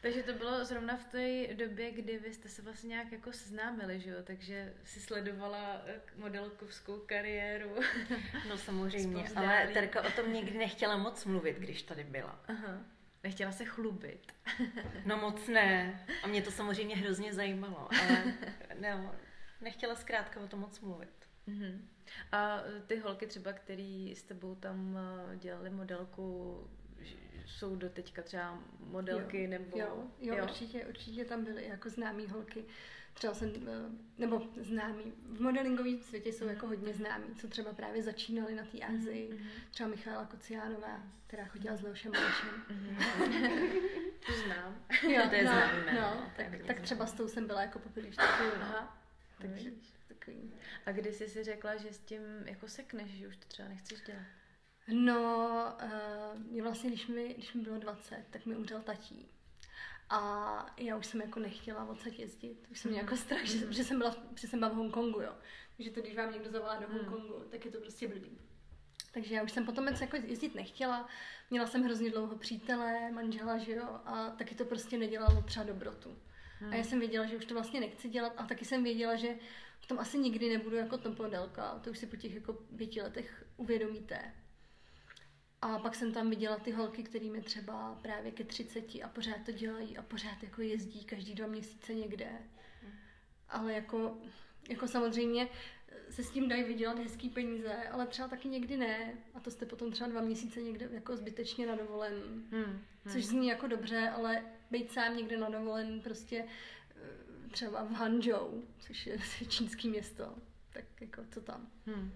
Takže to bylo zrovna v té době, kdy vy jste se vlastně nějak jako seznámili, že jo? Takže si sledovala modelkovskou kariéru. No samozřejmě, ale Terka o tom nikdy nechtěla moc mluvit, když tady byla. Aha. Nechtěla se chlubit. No moc ne. A mě to samozřejmě hrozně zajímalo, ale nechtěla zkrátka o tom moc mluvit. Uh-huh. A ty holky třeba, který s tebou tam dělali modelku, jsou do teďka třeba modelky nebo... Jo, určitě tam byly jako známý holky. Třeba jsem, nebo známý, v modelingovém světě jsou jako hodně známí, co třeba právě začínali na té Asii. Třeba Michála Kociánová, která chodila s Leošem Malešem. To znám. Jo, to je známý jméno. No, tak třeba s tou jsem byla jako poprvé v Tokiu. Aha. Takže takový. A kdy jsi si řekla, že s tím jako sekneš, že už to třeba nechceš dělat? No, mě vlastně, když mi bylo 20, tak mi umřel tatí. A já už jsem jako nechtěla odsaď jezdit. Už jsem měla jako strach, že jsem byla v Hongkongu, jo. Takže to, když vám někdo zavolá do Hongkongu, tak je to prostě blbý. Takže já už jsem potom jako jezdit nechtěla. Měla jsem hrozně dlouho přítele, manžela, že jo, a taky to prostě nedělalo třeba dobrotu. A já jsem věděla, že už to vlastně nechci dělat, a taky jsem věděla, že v tom asi nikdy nebudu jako top modelka. To už si po těch jako 5 letech uvědomíte. A pak jsem tam viděla ty holky, kterými třeba právě ke 30 a pořád to dělají a pořád jako jezdí každý 2 měsíce někde. Ale jako samozřejmě se s tím dají vydělat hezký peníze, ale třeba taky někdy ne. A to jste potom třeba 2 měsíce někde jako zbytečně na dovolen. Což zní jako dobře, ale být sám někde na dovolen prostě třeba v Hangzhou, což je čínský město. Tak jako co tam?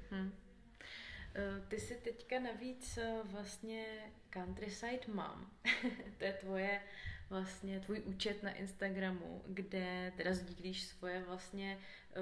Ty jsi teďka navíc vlastně Countryside Mom. To je tvůj účet na Instagramu, kde teda sdílíš svoje vlastně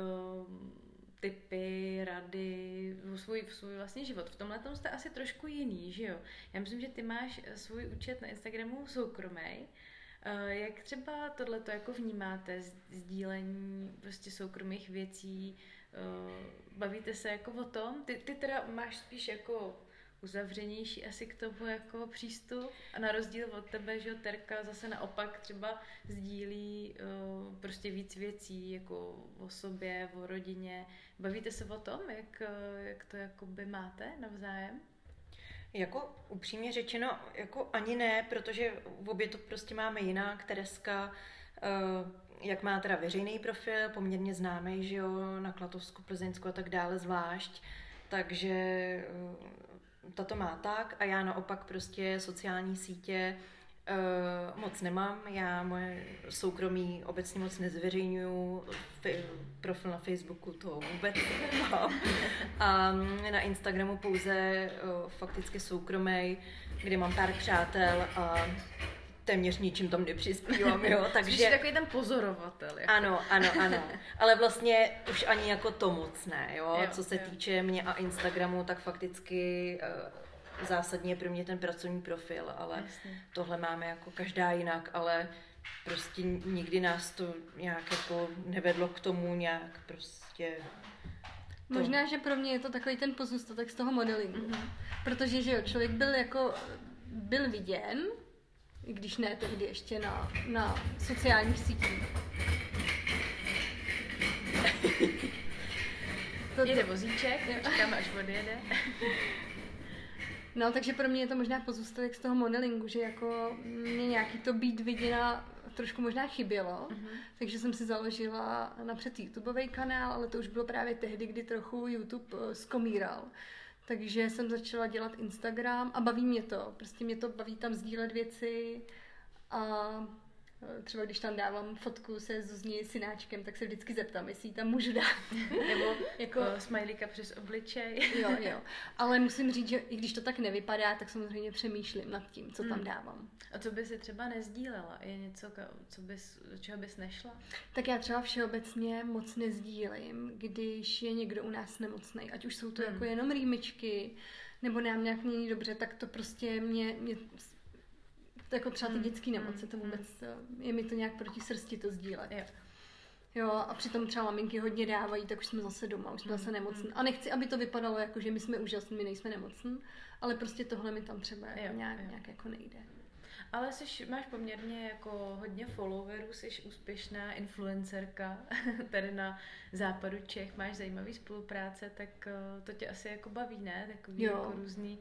tipy, rady, svůj vlastně život. V tomhle tom jste asi trošku jiný, že jo? Já myslím, že ty máš svůj účet na Instagramu soukromý. Jak třeba tohleto jako vnímáte, sdílení prostě soukromých věcí? Bavíte se jako o tom? Ty teda máš spíš jako uzavřenější asi k tomu jako přístup a na rozdíl od tebe, že Terka zase naopak třeba sdílí prostě víc věcí jako o sobě, o rodině. Bavíte se o tom, jak to jakoby máte navzájem? Jako upřímně řečeno, jako ani ne, protože v obě to prostě máme jinak. Tereska, jak má teda veřejný profil, poměrně známý, že jo, na Klatovsku, Plzeňsku a tak dále zvlášť, takže tato má tak a já naopak prostě sociální sítě moc nemám, já moje soukromí obecně moc nezveřejňuju, profil na Facebooku to vůbec nemám a na Instagramu pouze fakticky soukromej, kde mám pár přátel a téměř ničím tam nepřispívám, jo, takže... Jsi takový ten pozorovatel. Jako. Ano, ale vlastně už ani jako to moc ne, jo, co se týče mě a Instagramu, tak fakticky zásadně je pro mě ten pracovní profil, ale jasně. Tohle máme jako každá jinak, ale prostě nikdy nás to nějak jako nevedlo k tomu nějak prostě... Možná, že pro mě je to takový ten pozůstatek z toho modelingu, protože že jo, člověk byl viděn, i když ne tehdy ještě na sociálních sítích. Jede vozíček, čekáme, až odjede. No, takže pro mě je to možná pozůstatek z toho modelingu, že jako mě nějaký to být viděna trošku možná chybělo, takže jsem si založila napřed YouTubeový kanál, ale to už bylo právě tehdy, kdy trochu YouTube skomíral. Takže jsem začala dělat Instagram a baví mě to. Prostě mě to baví tam sdílet věci a třeba když tam dávám fotku se Zuzní synáčkem, tak se vždycky zeptám, jestli ji tam můžu dát. Nebo jako smajlíka přes obličej. Jo. Ale musím říct, že i když to tak nevypadá, tak samozřejmě přemýšlím nad tím, co tam dávám. A co by si třeba nezdílela? Je něco, do čeho bys nešla? Tak já třeba všeobecně moc nezdílím, když je někdo u nás nemocnej. Ať už jsou to jako jenom rýmičky, nebo nám nějak není dobře, tak to prostě mě jako třeba ty dětský nemoci, to vůbec, je mi to nějak proti srsti to sdílet. Jo, a přitom třeba maminky hodně dávají, tak už jsme zase doma, už jsme zase nemocní. A nechci, aby to vypadalo jako, že my jsme úžasní, my nejsme nemocní, ale prostě tohle mi tam třeba nějak jako nejde. Ale máš poměrně jako hodně followerů, jsi úspěšná influencerka tady na západu Čech, máš zajímavý spolupráce, tak to tě asi jako baví, ne? Takový jako různý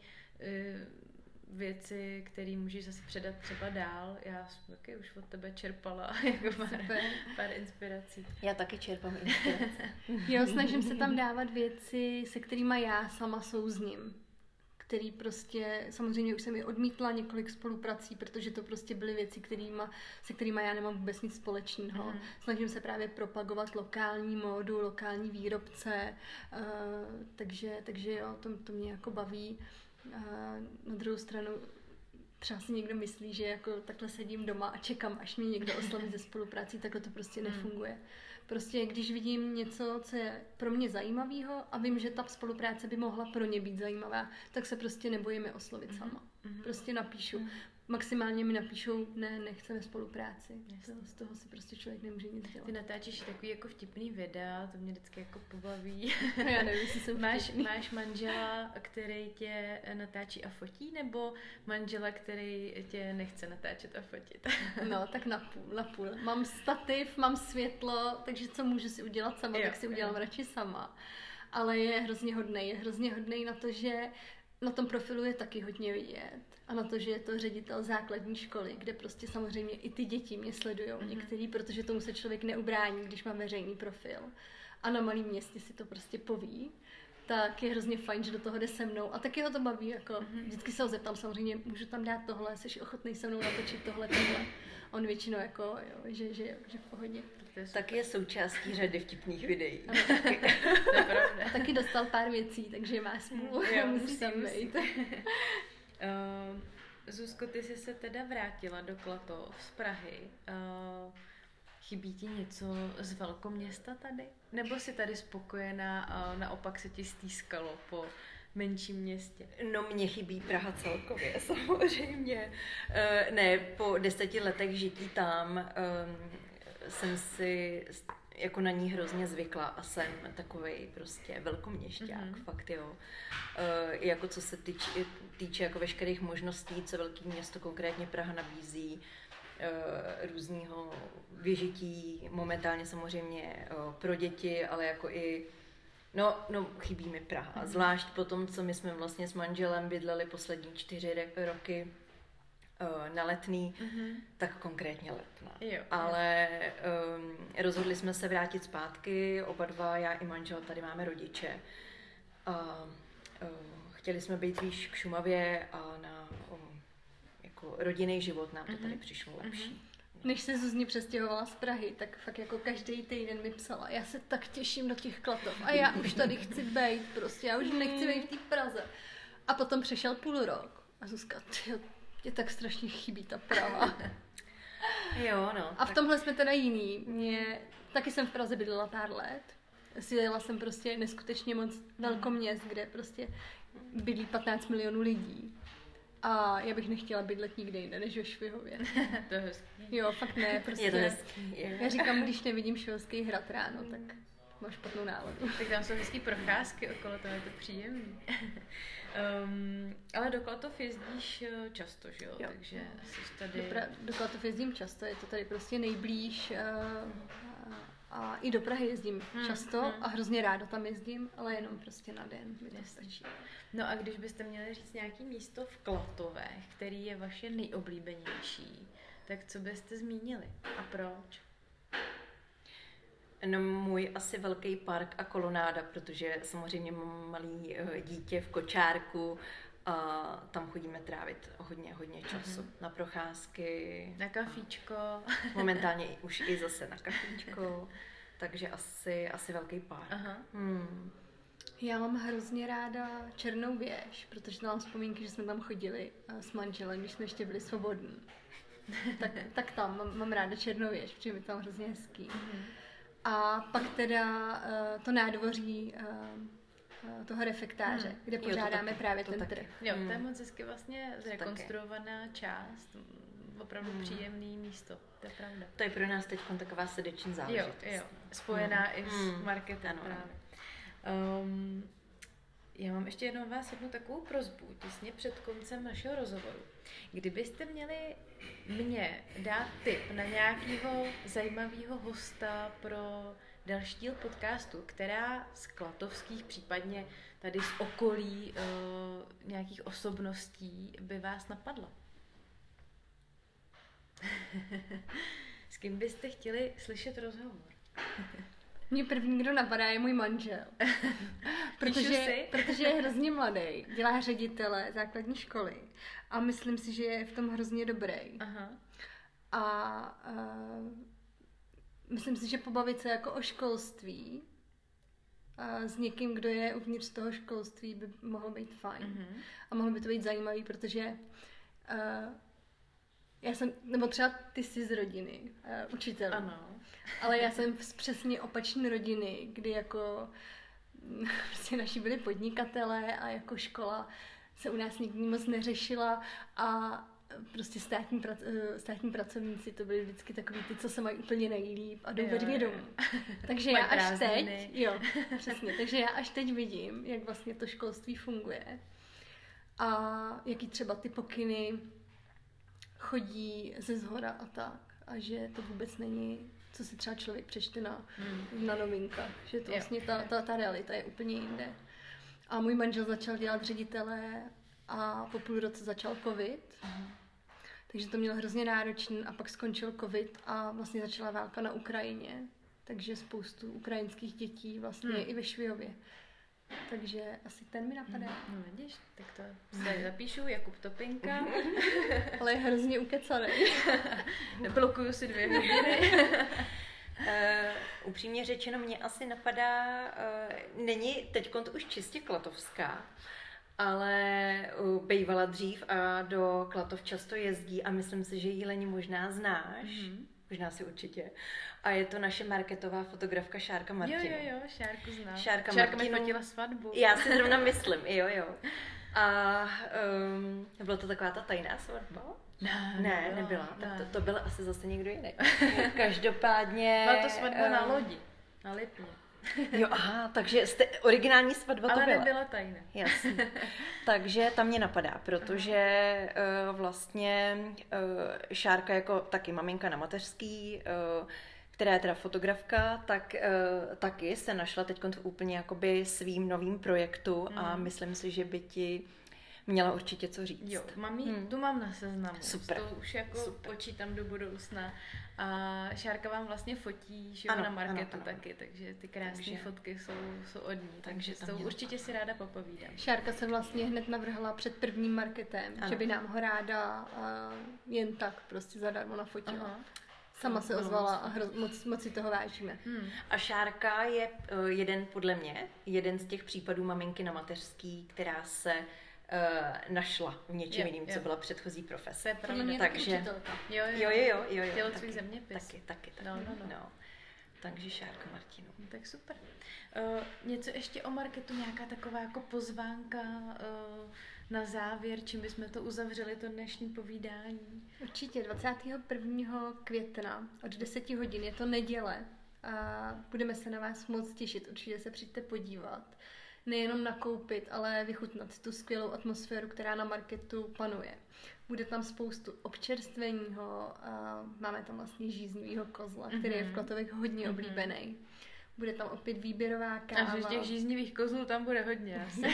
věci, které můžeš zase předat třeba dál. Já jsem taky už od tebe čerpala jako pár inspirací. Já taky čerpám inspirace. Jo, snažím se tam dávat věci, se kterými já sama souzním. Který prostě, samozřejmě už jsem i odmítla několik spoluprací, protože to prostě byly věci, se kterými já nemám vůbec nic společného. Snažím se právě propagovat lokální módu, lokální výrobce, takže jo, to mě jako baví. Na druhou stranu třeba si někdo myslí, že jako takhle sedím doma a čekám, až mě někdo osloví ze spoluprácí, takhle to prostě nefunguje. Prostě když vidím něco, co je pro mě zajímavého a vím, že ta spolupráce by mohla pro ně být zajímavá, tak se prostě nebojím je oslovit sama. Prostě napíšu. Maximálně mi napíšou, ne, nechceme spolupráci. Z toho si prostě člověk nemůže nic dělat. Ty natáčíš takový jako vtipný videa, to mě vždycky jako pobaví. Já nevím, jestli jsem máš manžela, který tě natáčí a fotí, nebo manžela, který tě nechce natáčet a fotit? No, tak na půl. Mám stativ, mám světlo, takže co můžu si udělat sama, tak si udělám radši sama. Ale je hrozně hodnej na to, že na tom profilu je taky hodně vidět. A na to, že je to ředitel základní školy, kde prostě samozřejmě i ty děti mě sledujou některý, protože tomu se člověk neubrání, když má veřejný profil. A na malém městě si to prostě poví. Tak je hrozně fajn, že do toho jde se mnou. A taky ho to baví, jako vždycky se ho zeptám, samozřejmě můžu tam dát tohle, jsi ochotný se mnou natočit tohle. On většinou jako, jo, že v pohodě. Taky je součástí řady vtipných videí. Ano, taky. To je pravda. Taky dostal pár věcí, takže má smůlu. Musí tam být. Zuzko, ty jsi se teda vrátila do Klatov z Prahy. Chybí ti něco z velkoměsta tady? Nebo jsi tady spokojená a naopak se ti stýskalo po menším městě? No, mně chybí Praha celkově, samozřejmě. Ne, po 10 letech žití tam jsem si jako na ní hrozně zvykla a jsem takovej prostě velkoměšťák, fakt jo. Jako co se týče jako veškerých možností, co velké město, konkrétně Praha nabízí, různýho vyžití, momentálně samozřejmě pro děti, ale jako i no chybí mi Praha. Zvlášť po tom, co my jsme vlastně s manželem bydleli poslední 4 roky na Letný, tak konkrétně Letná. Ale rozhodli jsme se vrátit zpátky, oba dva, já i manžel, tady máme rodiče. Chtěli jsme být výš k Šumavě a na jako rodinný život nám to tady přišlo lepší. Než se Zuzni přestěhovala z Prahy, tak fakt jako každý týden mi psala, já se tak těším do těch Klatov a já už tady chci být prostě, já už nechci být v té Praze. A potom přešel půl rok a Zuzka, mě tak strašně chybí ta Praha. Jo, no. A v tomhle jsme teda jiný. Taky jsem v Praze bydlela pár let. Sjela jsem prostě neskutečně moc velkoměst, kde prostě bydlí 15 milionů lidí. A já bych nechtěla bydlet nikde jinde, než ve Švihově. To je hezký. Jo, fakt ne, prostě. Je to hezký. Já říkám, když nevidím Švihovský hrad ráno, tak mám špatnou náladu. Tak tam jsou hezký procházky okolo, to je to příjemný. Ale do Klatov jezdíš často, že jo? Takže jsi tady... Do Klatov jezdím často, je to tady prostě nejblíž. A i do Prahy jezdím často a hrozně ráda tam jezdím, ale jenom prostě na den mi to stačí. No a když byste měli říct nějaké místo v Klatovech, který je vaše nejoblíbenější, tak co byste zmínili a proč? No, můj asi velký park a kolonáda, protože samozřejmě mám malý dítě v kočárku a tam chodíme trávit hodně času na procházky. Na kafíčko. Momentálně už i zase na kafíčko, takže asi velký park. Já mám hrozně ráda Černou věž, protože tam mám vzpomínky, že jsme tam chodili s manželem, když jsme ještě byli svobodní. tak tam mám ráda Černou věž, protože je tam hrozně hezký. A pak teda to nádvoří toho refektáře, kde pořádáme právě ten trh. Jo, to je moc hezky vlastně zrekonstruovaná část, opravdu příjemný místo, to je pravda. To je pro nás teď taková srdeční záležitost. Jo, spojená i s marketem právě. Já mám ještě jednou vás jednu takovou prosbu, těsně před koncem našeho rozhovoru. Kdybyste měli mě dát tip na nějakého zajímavého hosta pro další díl podcastu, která z klatovských, případně tady z okolí nějakých osobností by vás napadla? S kým byste chtěli slyšet rozhovor? Mě první, kdo napadá, je můj manžel. protože je hrozně mladý, dělá ředitele základní školy a myslím si, že je v tom hrozně dobrý. Aha. A myslím si, že pobavit se jako o školství s někým, kdo je uvnitř toho školství, by mohlo být fajn. Mm-hmm. A mohlo by to být zajímavý, protože já jsem, nebo třeba ty jsi z rodiny učitelů. Ano. Ale já jsem z přesně opačné rodiny, kdy jako prostě naši byli podnikatelé a jako škola se u nás nikdy moc neřešila a prostě státní pracovníci to byli vždycky takový ty, co se mají úplně nejlíp a jdou ve dvě domů. Takže já až teď, přesně, takže já až teď vidím, jak vlastně to školství funguje a jaký třeba ty pokyny chodí ze zhora a tak a že to vůbec není, co si třeba člověk přečte na novinkách, že to vlastně ta realita je úplně jinde. A můj manžel začal dělat ředitele a po půl roce začal covid, takže to mělo hrozně náročný a pak skončil covid a vlastně začala válka na Ukrajině, takže spoustu ukrajinských dětí vlastně i ve Švijově. Takže asi ten mi napadá. No vidíš, tak to se zapíšu, Jakub Topinka. Ale je hrozně ukecaný. Neblokuju si 2 hodiny. Upřímně řečeno, mě asi napadá, není teďkont už čistě klatovská, ale bejvala dřív a do Klatov často jezdí a myslím si, že ji, Leni, možná znáš. Možná si určitě. A je to naše marketová fotografka Šárka Martinu. Jo, Šárku znám. Šárka mi fotila svatbu. Já si zrovna myslím, jo. A byla to taková ta tajná svatba? Ne, nebyla. Tak to byl asi zase někdo jiný. Každopádně... Byla to svatba na lodi, na Lipně. Jo, aha, takže originální svatba to byla. Ale nebyla tajná. Jasně. Takže tam mě napadá, protože vlastně Šárka jako taky maminka na mateřský, která je teda fotografka, tak taky se našla teď v úplně jakoby svým novým projektu a myslím si, že by ti měla určitě co říct. Jo, tu mám na seznamu. Super. To už jako počítám do budoucna. A Šárka vám vlastně fotí, že na marketu taky, takže ty krásné fotky jsou od ní, takže to určitě si ráda popovídám. Šárka se vlastně hned navrhla před prvním marketem, že by nám ho ráda jen tak prostě zadarmo nafotila. Aha. Sama se ozvala a moc si toho vážíme. A Šárka je podle mě jeden z těch případů maminky na mateřský, která se našla v něčem jiným, co byla předchozí profese. Takže jo. Tělocvik zeměpis. Taky. No. Takže Šárka Martinu. Tak super. Něco ještě o marketu, nějaká taková jako pozvánka na závěr, čím bychom to uzavřeli, to dnešní povídání? Určitě 21. května od 10 hodin, je to neděle a budeme se na vás moc těšit, určitě se přijďte podívat. Nejenom nakoupit, ale vychutnat tu skvělou atmosféru, která na marketu panuje. Bude tam spoustu občerstveního, máme tam vlastně žíznivýho kozla, který je v Klatovech hodně oblíbený. Bude tam opět výběrová káva. A těch žíznivých kozlů tam bude hodně asi.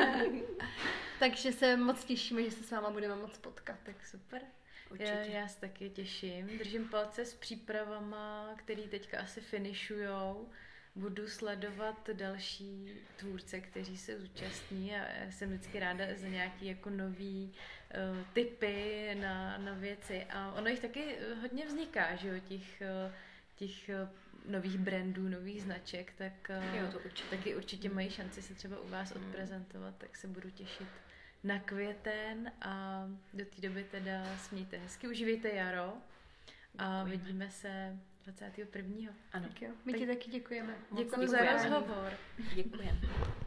Takže se moc těšíme, že se s váma budeme moc potkat. Tak super. Já se taky těším. Držím palce s přípravama, který teďka asi finišujou. Budu sledovat další tvůrce, kteří se zúčastní a jsem vždycky ráda za nějaký jako nový tipy na věci. A ono jich taky hodně vzniká, že jo, těch nových brandů, nových značek, tak taky určitě mají šanci se třeba u vás odprezentovat, tak se budu těšit na květen a do té doby teda smějte hezky, užívejte jaro a vidíme se 21. Ano. Tak jo, my ti taky děkujeme. Děkuji za rozhovor. Děkujeme.